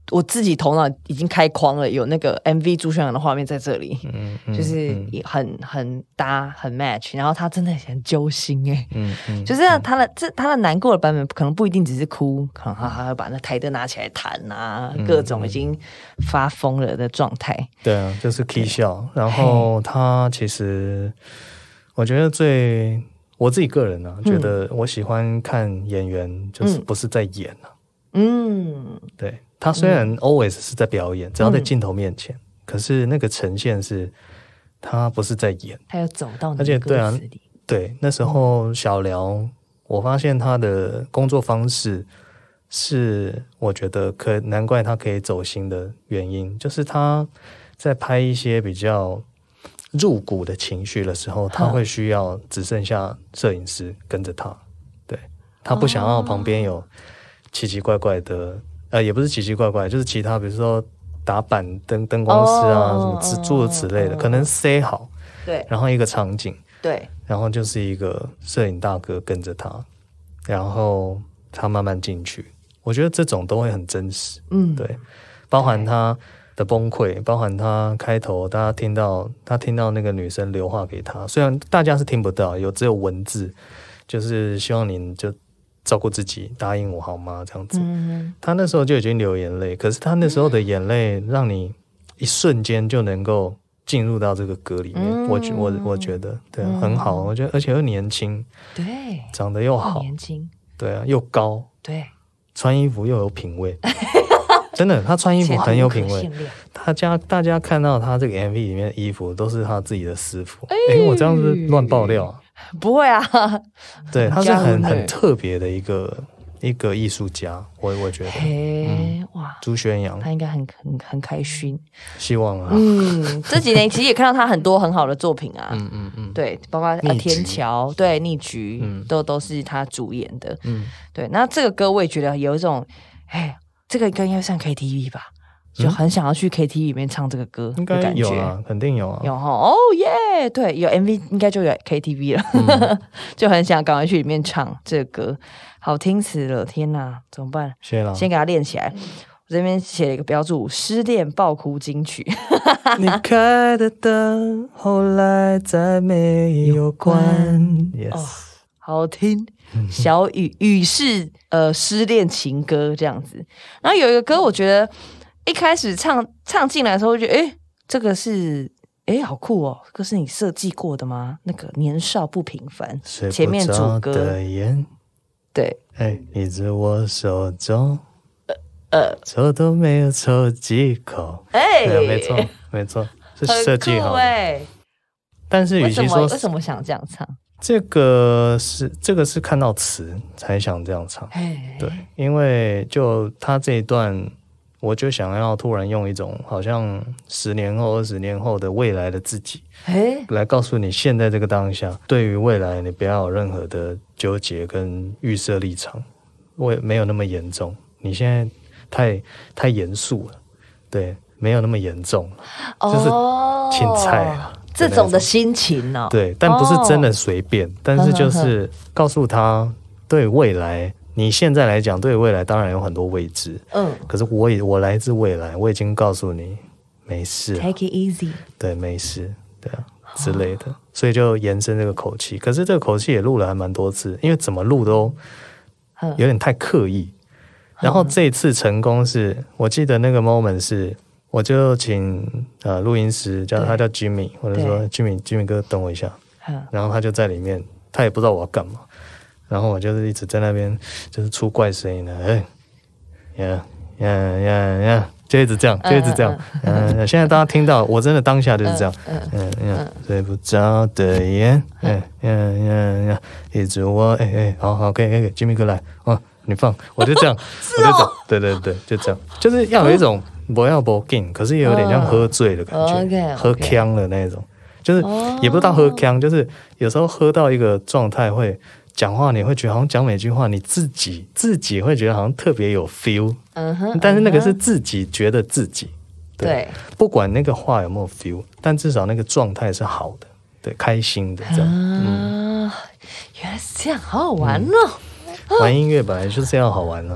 我自己头脑已经开框了，有那个 MV 朱轩阳的画面在这里，就是很搭很 match， 然后他真的很揪心就是他的难过的版本可能不一定只是哭，可能他会把那台灯拿起来弹啊，各种已经发疯了的状态。 对啊，就是 K 笑，然后他其实我觉得我自己个人啊，觉得我喜欢看演员就是不是在演啊，对。他虽然 always 是在表演，只要在镜头面前，可是那个呈现是他不是在演， 他要走到你的歌词里。 对，那时候小辽，我发现他的工作方式是我觉得难怪他可以走心的原因，就是他在拍一些比较入骨的情绪的时候，他会需要只剩下摄影师跟着他，对，他不想要旁边有奇奇怪怪的。也不是奇奇怪怪，就是其他，比如说打板灯光师啊，什么诸如此类的，可能塞好， 对， 然后一个场景， 对， 然后就是一个摄影大哥跟着他，然后他慢慢进去，我觉得这种都会很真实，对，包含他的崩溃，包含他开头大家听到那个女生留话给他，虽然大家是听不到，只有文字，就是希望你就照顾自己，答应我好吗？这样子，他那时候就已经流眼泪，可是他那时候的眼泪让你一瞬间就能够进入到这个歌里面。我觉得对啊，很好，我觉得而且又年轻， 对， 长得又好， 年轻， 对啊，又高， 对， 穿衣服又有品味，真的，他穿衣服很有品味。大家看到他这个 MV 里面的衣服都是他自己的私服，我这样子乱爆料啊？ 不会啊， 对，他是很特别的一个艺术家，我觉得，哇，朱轩阳， 他应该很开心， 希望啊， 这几年其实也看到他很多很好的作品啊，对，包括天桥，对，逆局，都是他主演的，对，那这个歌我也觉得有一种，这个应该上 KTV 吧。就很想要去 KTV 里面唱这个歌的感觉，应该有啊，肯定有啊， 有哦耶，对，有 MV 应该就有 KTV 了，就很想赶快去里面唱这个歌，好听死了，天哪，怎么办？先给它练起来。我这边写了一个标注：失恋爆哭金曲。 你开的灯，后来再没有关。Yes， 好听。小雨是失恋情歌这样子。然后有一个歌，我觉得。一开始唱进来的时候，就觉得这个是好酷哦，这个是你设计过的吗？那个年少不平凡，前面主歌的眼，对，一直我手中，抽都没有抽几口，没错，是设计好的。但是与其说为什么想这样唱， 这个是看到词才想这样唱，对，因为就他这一段。我就想要突然用一种好像10年后、20年后的未来的自己，来告诉你现在这个当下，对于未来你不要有任何的纠结跟预设立场，没有那么严重。你现在太严肃了，对，没有那么严重，就是青菜啊， 这种的心情哦， 对，但不是真的随便，但是就是告诉他对未来。你现在来讲，对未来当然有很多未知，可是我来自未来，我已经告诉你没事 ，Take it easy， 对，没事，对啊之类的，所以就延伸这个口气。可是这个口气也录了还蛮多次，因为怎么录都有点太刻意。然后这一次成功是，我记得那个 moment 是，我就请录音师他叫 Jimmy， 或者说 Jimmy 哥等我一下，然后他就在里面，他也不知道我要干嘛。然后我就是一直在那边，就是出怪声音的，就一直这样，现在大家听到，我真的当下就是这样，睡不着的眼，一直我，好，可以，Jimmy 哥来，你放，我就这样，我就走，对，就这样，就是要有一种不要不劲，可是也有点像喝醉的感觉，喝呛的那种，就是也不知道喝呛，就是有时候喝到一个状态会。讲话你会觉得好像讲每句话你自己会觉得好像特别有 feel，但是那个是自己觉得自己，对，不管那个话有没有 feel， 但至少那个状态是好的，对，开心的这样。 原来是这样，好好玩哦！ 玩音乐本来就是要好玩啊，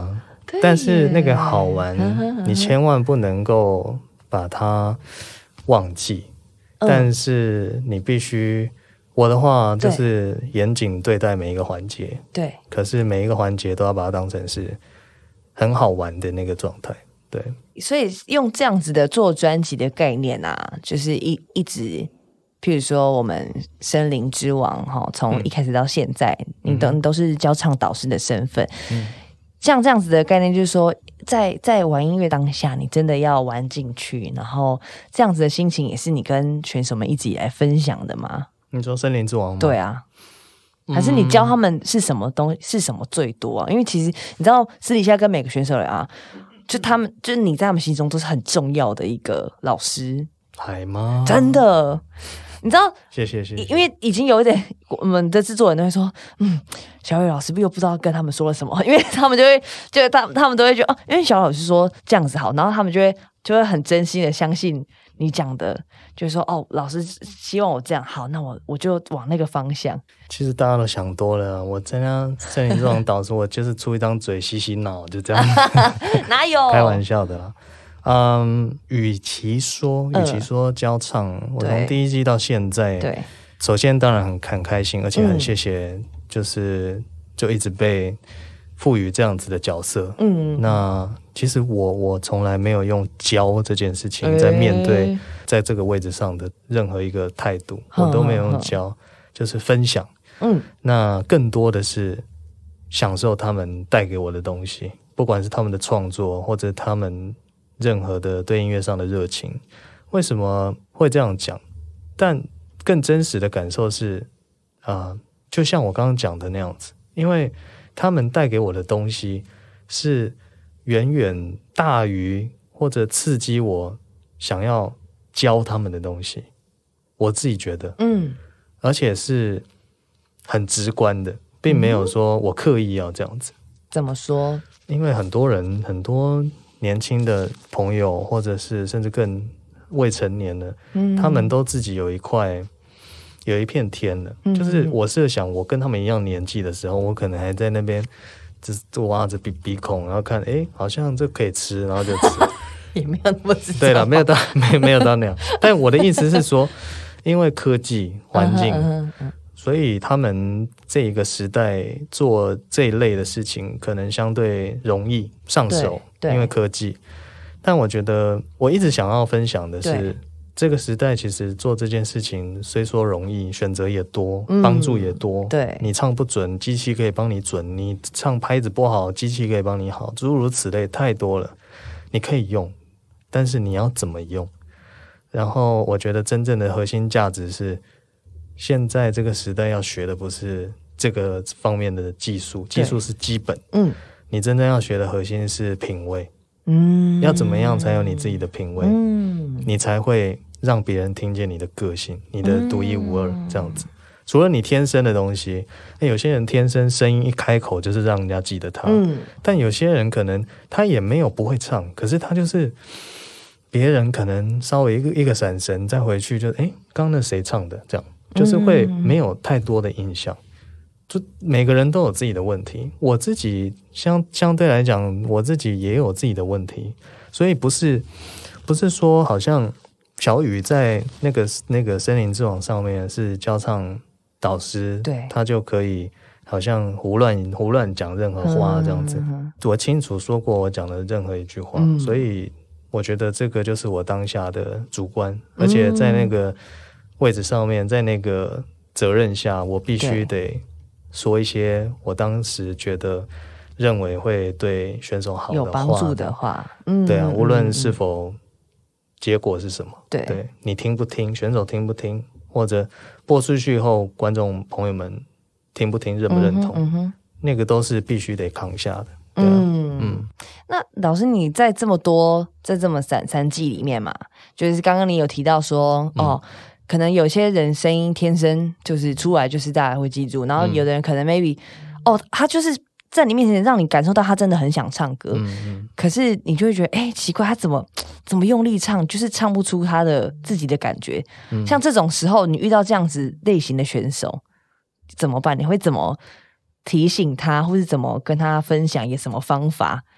但是那个好玩你千万不能够把它忘记，但是你必须，我的话就是严谨对待每一个环节， 对， 可是每一个环节都要把它当成是很好玩的那个状态，对。 所以用这样子的做专辑的概念啊，就是一直，譬如说我们森林之王哈，从一开始到现在，你都是教唱导师的身份，像这样子的概念，就是说，在玩音乐当下，你真的要玩进去，然后这样子的心情也是你跟选手们一直以来分享的吗？ 你说森林之王吗？ 对啊。还是你教他们是什么东西，是什么最多啊？因为其实你知道，私底下跟每个选手啊，就他们，就是你在他们心中都是很重要的一个老师， 还吗？ 真的，你知道？ 谢谢。 因为已经有一点，我们的制作人都会说，小雨老师又不知道跟他们说了什么，因为他们他们都会觉得因为小老师说这样子好，然后他们就会很真心的相信你讲的，就是说老师希望我这样好，那我就往那个方向。 其实大家都想多了，我参加森林之王导师，我就是出一张嘴洗洗脑，就这样。 哪有？ 开玩笑的啦。与其说教唱，我从第一季到现在，对，首先当然很开心，而且很谢谢，就一直被赋予这样子的角色。那其实我从来没有用教这件事情在面对在这个位置上的任何一个态度，我都没有用教，就是分享。那更多的是享受他们带给我的东西，不管是他们的创作，或者他们任何的对音乐上的热情。为什么会这样讲？但更真实的感受是，就像我刚刚讲的那样子，因为他们带给我的东西是远远大于或者刺激我想要教他们的东西，我自己觉得，而且是很直观的，并没有说我刻意要这样子。 怎么说？因为很多年轻的朋友，或者是甚至更未成年的，他们都自己有一片天了。就是我设想，我跟他们一样年纪的时候，我可能还在那边只挖着鼻孔，然后看，好像这可以吃，然后就吃， 也没有那么直接。 对了，没有到那样。但我的意思是说，因为科技环境。所以他们这一个时代做这一类的事情可能相对容易上手，因为科技。但我觉得我一直想要分享的是，这个时代其实做这件事情虽说容易，选择也多，帮助也多。对，你唱不准，机器可以帮你准；你唱拍子不好，机器可以帮你好，诸如此类太多了。你可以用，但是你要怎么用？然后我觉得真正的核心价值是，现在这个时代要学的不是这个方面的技术，技术是基本。你真正要学的核心是品味。要怎么样才有你自己的品味？你才会让别人听见你的个性，你的独一无二这样子。除了你天生的东西，有些人天生声音一开口就是让人家记得他，但有些人可能他也没有不会唱，可是他就是别人可能稍微一个闪神再回去就刚那谁唱的，这样就是会没有太多的印象。就每个人都有自己的问题，我自己相对来讲，我自己也有自己的问题，所以不是说好像小雨在那个森林之王上面是教唱导师，对，他就可以好像胡乱讲任何话这样子。我清楚说过我讲的任何一句话，所以我觉得这个就是我当下的主观，而且在那个位置上面，在那个责任下，我必须得说一些我当时认为会对选手好的话， 有帮助的话。 对啊，无论是否结果是什么，对，你听不听，选手听不听，或者播出去后观众朋友们听不听，认不认同，那个都是必须得扛下的。对啊， 那老师你在这么三季里面嘛，就是刚刚你有提到说可能有些人声音天生就是出来就是大家会记住，然后有的人可能 maybe 他就是在你面前让你感受到他真的很想唱歌，可是你就会觉得奇怪，他怎么用力唱，就是唱不出他的自己的感觉。像这种时候你遇到这样子类型的选手怎么办？你会怎么提醒他，或是怎么跟他分享一个什么方法，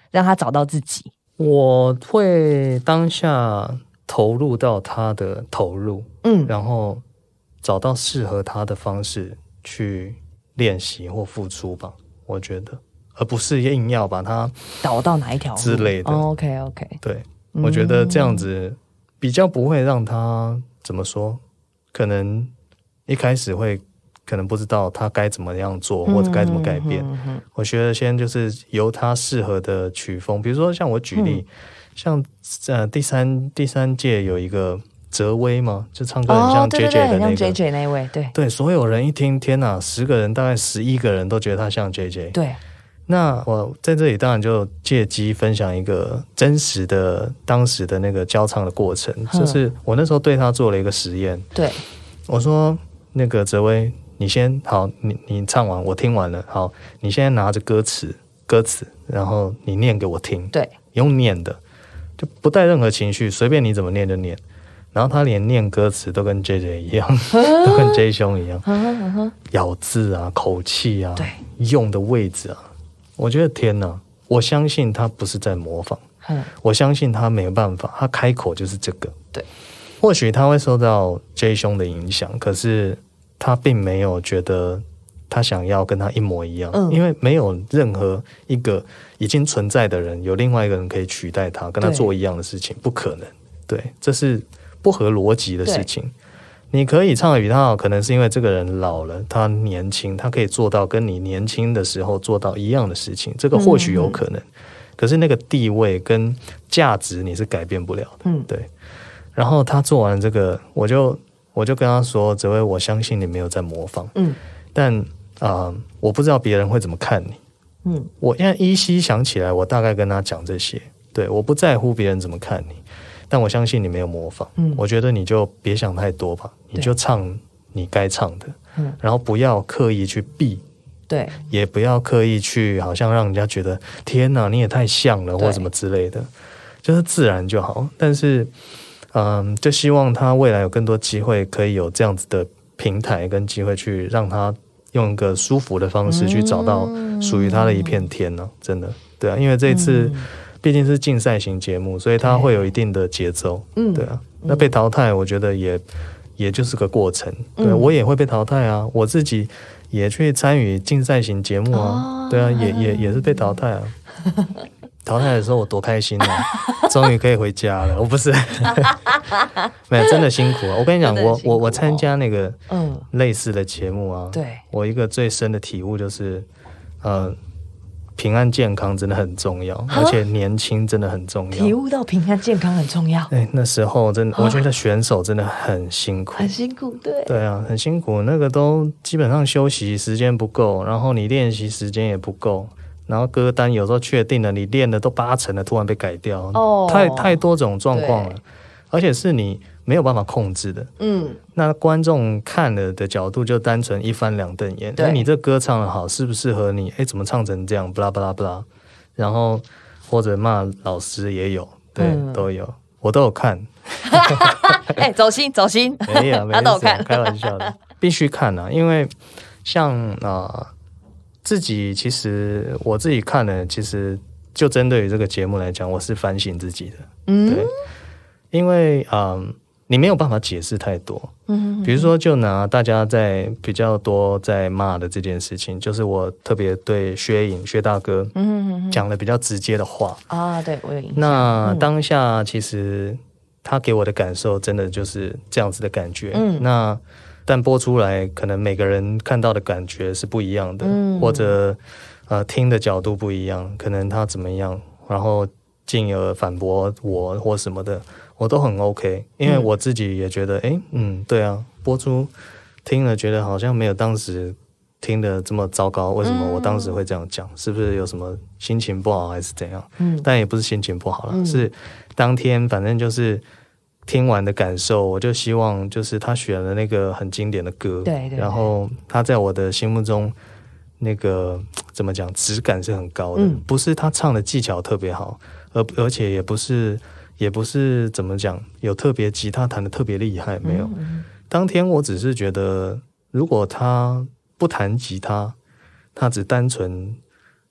让他找到自己？ 我会当下投入到他的投入，然后找到适合他的方式去练习或付出吧，我觉得，而不是硬要把他导到哪一条路之类的。 OK， 对，我觉得这样子比较不会让他怎么说，可能一开始会可能不知道他该怎么样做或者该怎么改变。我觉得先就是由他适合的曲风，比如说像我举例，像第三届有一个哲威嘛，就唱歌很像 JJ 的那个， 很像 JJ 那一位，对， 所有人一听，天哪，10个人大概11个人都觉得他像 JJ。 对， 那我在这里当然就借机分享一个真实的当时的那个教唱的过程，就是我那时候对他做了一个实验。 对， 我说那个哲威，你先好，你唱完，我听完了，好，你现在拿着歌词，然后你念给我听， 对， 用念的，就不带任何情绪，随便你怎么念就念。然后他连念歌词都跟 JJ 一样，都跟 J 兄一样，咬字啊、口气啊、用的位置啊，我觉得天哪！我相信他不是在模仿，我相信他没有办法，他开口就是这个。 对， 或许他会受到 J 兄的影响，可是他并没有觉得他想要跟他一模一样，因为没有任何一个已经存在的人有另外一个人可以取代他，跟他做一样的事情，不可能。对，这是不合逻辑的事情。你可以唱得比他好，可能是因为这个人老了，他年轻，他可以做到跟你年轻的时候做到一样的事情，这个或许有可能。可是那个地位跟价值你是改变不了的。对。然后他做完这个，我就跟他说，哲威，我相信你没有在模仿，但我不知道别人会怎么看你。我现在依稀想起来，我大概跟他讲这些。对，我不在乎别人怎么看你。但我相信你没有模仿，我觉得你就别想太多吧，你就唱你该唱的，然后不要刻意去避， 对， 也不要刻意去好像让人家觉得天哪，你也太像了或什么之类的，就是自然就好。但是，就希望他未来有更多机会，可以有这样子的平台跟机会去让他用一个舒服的方式去找到属于他的一片天呢，真的，对啊，因为这一次。毕竟是竞赛型节目，所以它会有一定的节奏，对啊。那被淘汰，我觉得也就是个过程，对，我也会被淘汰啊，我自己也去参与竞赛型节目啊，对啊，也是被淘汰啊。淘汰的时候我多开心啊，终于可以回家了。我不是，没有，真的辛苦啊。我跟你讲，我参加那个类似的节目啊， 对， 我一个最深的体悟就是，平安健康真的很重要，而且年轻真的很重要。 体悟到平安健康很重要。 那时候真的，我觉得选手真的很辛苦， 很辛苦， 对啊，很辛苦。那个都基本上休息时间不够，然后你练习时间也不够，然后歌单有时候确定了，你练的都80%了，突然被改掉，太多种状况了，而且是你没有办法控制的。那观众看了的角度就单纯一翻两瞪眼，你这歌唱得好，适不适合你？怎么唱成这样？巴拉巴拉巴拉，然后或者骂老师也有，对，都有，我都有看。 走心， 没有， 他都有看， 开玩笑的，必须看啊，因为像自己其实我自己看了，其实就针对于这个节目来讲，我是反省自己的，对，因为你没有办法解释太多，比如说就拿大家在比较多在骂的这件事情，就是我特别对薛大哥讲了比较直接的话啊，对我有印象。 那当下其实他给我的感受真的就是这样子的感觉，那但播出来可能每个人看到的感觉是不一样的，或者听的角度不一样，可能他怎么样，然后进而反驳我或什么的。我都很 OK， 因为我自己也觉得，对啊，播出听了觉得好像没有当时听的这么糟糕，为什么我当时会这样讲？是不是有什么心情不好还是怎样？但也不是心情不好啦，是当天反正就是听完的感受，我就希望就是他选了那个很经典的歌， 对， 然后他在我的心目中那个怎么讲，质感是很高的，不是他唱的技巧特别好，而且也不是怎么讲，有特别吉他弹的特别厉害，没有。当天我只是觉得，如果他不弹吉他，他只单纯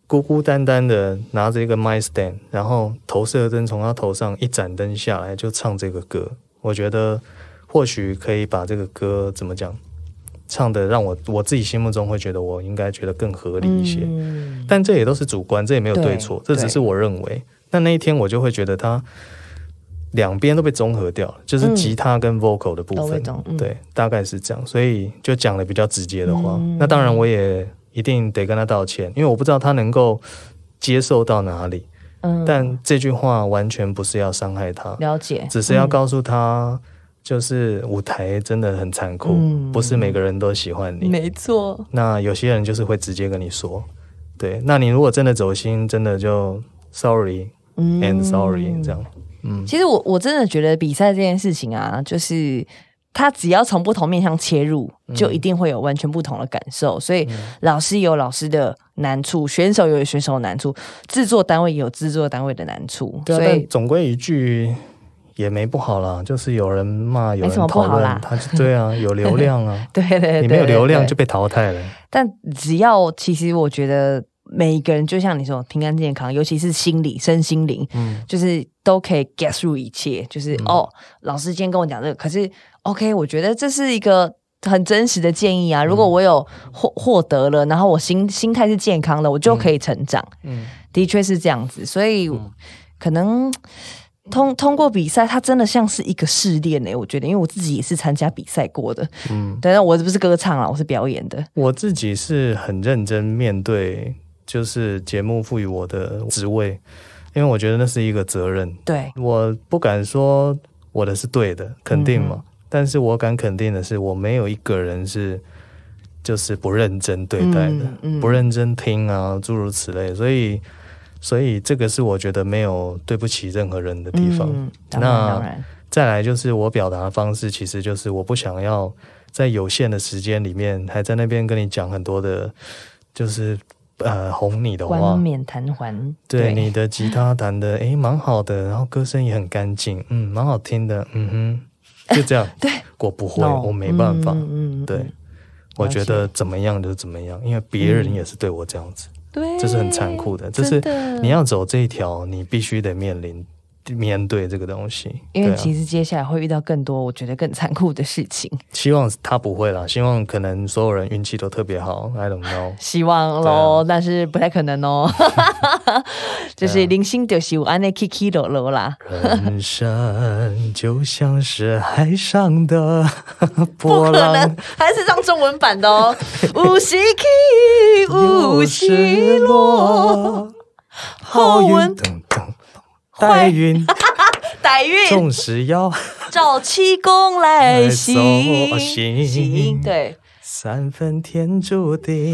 孤孤单单的拿着一个 mic stand， 然后投射灯从他头上一盏灯下来就唱这个歌，我觉得或许可以把这个歌怎么讲唱的让我自己心目中会觉得我应该觉得更合理一些，但这也都是主观，这也没有对错，这只是我认为。那一天我就会觉得他两边都被综合掉了，就是吉他跟 vocal 的部分，对，大概是这样，所以就讲了比较直接的话。那当然我也一定得跟他道歉，因为我不知道他能够接受到哪里，但这句话完全不是要伤害他， 了解， 只是要告诉他就是舞台真的很残酷，不是每个人都喜欢你， 没错。那有些人就是会直接跟你说，对，那你如果真的走心，真的就 sorry and sorry 这样。 其实我真的觉得比赛这件事情啊，就是他只要从不同面向切入，就一定会有完全不同的感受。所以老师有老师的难处，选手有选手的难处，制作单位也有制作单位的难处。 对啊， 所以但总归一句也没不好啦，就是有人骂，有人讨论，他对啊，有流量啊， 对对对， 你没有流量就被淘汰了。 但只要其实我觉得每一个人就像你说平安健康，尤其是心理身心灵，就是都可以 get through 一切，就是老师今天跟我讲这个，可是 OK 我觉得这是一个很真实的建议啊，如果我有获得了，然后我心态是健康的，我就可以成长，的确是这样子。所以可能通过比赛它真的像是一个试炼我觉得，因为我自己也是参加比赛过的，对，但我不是歌唱啦，我是表演的。 我自己是很认真面对就是节目赋予我的职位，因为我觉得那是一个责任。 对， 我不敢说我的是对的，肯定嘛，但是我敢肯定的是，我没有一个人是就是不认真对待的，不认真听啊，诸如此类。所以这个是我觉得没有对不起任何人的地方。 当然再来就是我表达的方式，其实就是我不想要在有限的时间里面还在那边跟你讲很多的，就是哄你的话， 冠冕堂皇。 对，你的吉他弹的蛮好的，然后歌声也很干净，蛮好听的，就这样。 对， 我不会，我没办法。对，我觉得怎么样就怎么样，因为别人也是对我这样子。 对， 这是很残酷的，这是你要走这一条，你必须得面对这个东西， 因为其实接下来会遇到更多我觉得更残酷的事情。 希望他不会啦，希望可能所有人运气都特别好 I don't know， 希望咯，但是不太可能哦。就是零星就是有安内起起落落啦。 人生就像是海上的波浪，不可能， 还是唱中文版的哦。有时起有时落，好运待运， 待运， 纵使要照气功来行，对 ，3分天注定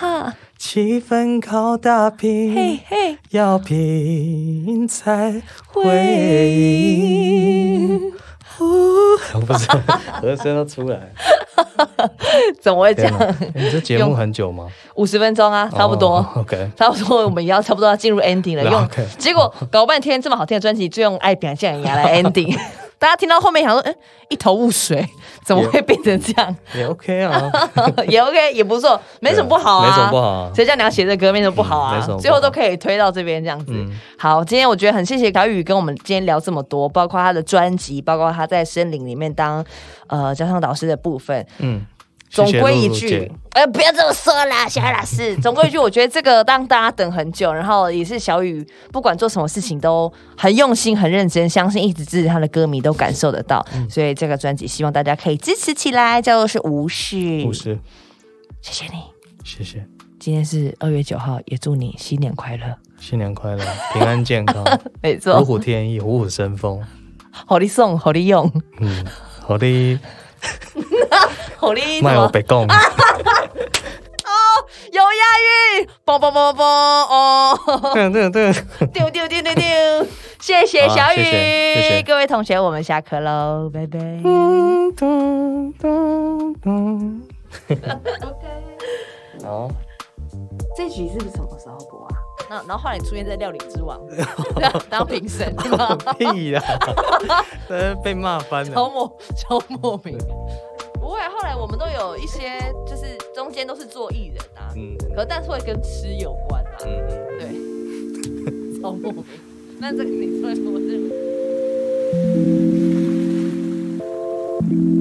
，7分靠打拼，要拼才会赢。不是，和声都出来。 怎么会这样？ 你这节目很久吗 ？50分钟啊，差不多。 OK， 差不多，我们也要差不多要进入 ending 了。结果搞半天这么好听的专辑，就用爱表现牙来 ending。大家听到后面想说，一头雾水，怎么会变成这样？ 也 OK 啊， 也 OK， 也不错，没什么不好啊， 没什么不好啊。 谁叫你要写这歌，没什么不好啊，最后都可以推到这边这样子。好，今天我觉得很谢谢小雨跟我们今天聊这么多，包括他的专辑，包括他在森林里面当教唱导师的部分。总归一句，不要这么说啦，小雨老师。总归一句，我觉得这个让大家等很久，然后也是小雨不管做什么事情都很用心、很认真，相信一直支持他的歌迷都感受得到。所以这个专辑希望大家可以支持起来，叫做是无视。谢谢你， 谢谢。 今天是2月9号，也祝你新年快乐， 新年快乐，平安健康， 没错， 虎虎添翼，虎虎生风， 好利送，好利用， 好利。 好利， 卖我别讲。哦， 有押韵，嘣嘣嘣嘣哦。 对， 丢，谢谢小雨， 谢谢各位同学，我们下课喽，拜拜。好，这局是不是什么时候播啊？然后后来你出现在《料理之王》当评审， 屁呀，被骂翻了， 超莫名。 不会，后来我们都有一些，就是中间都是做艺人啊，但是会跟吃有关啊，对，超莫名。那这个你说什么？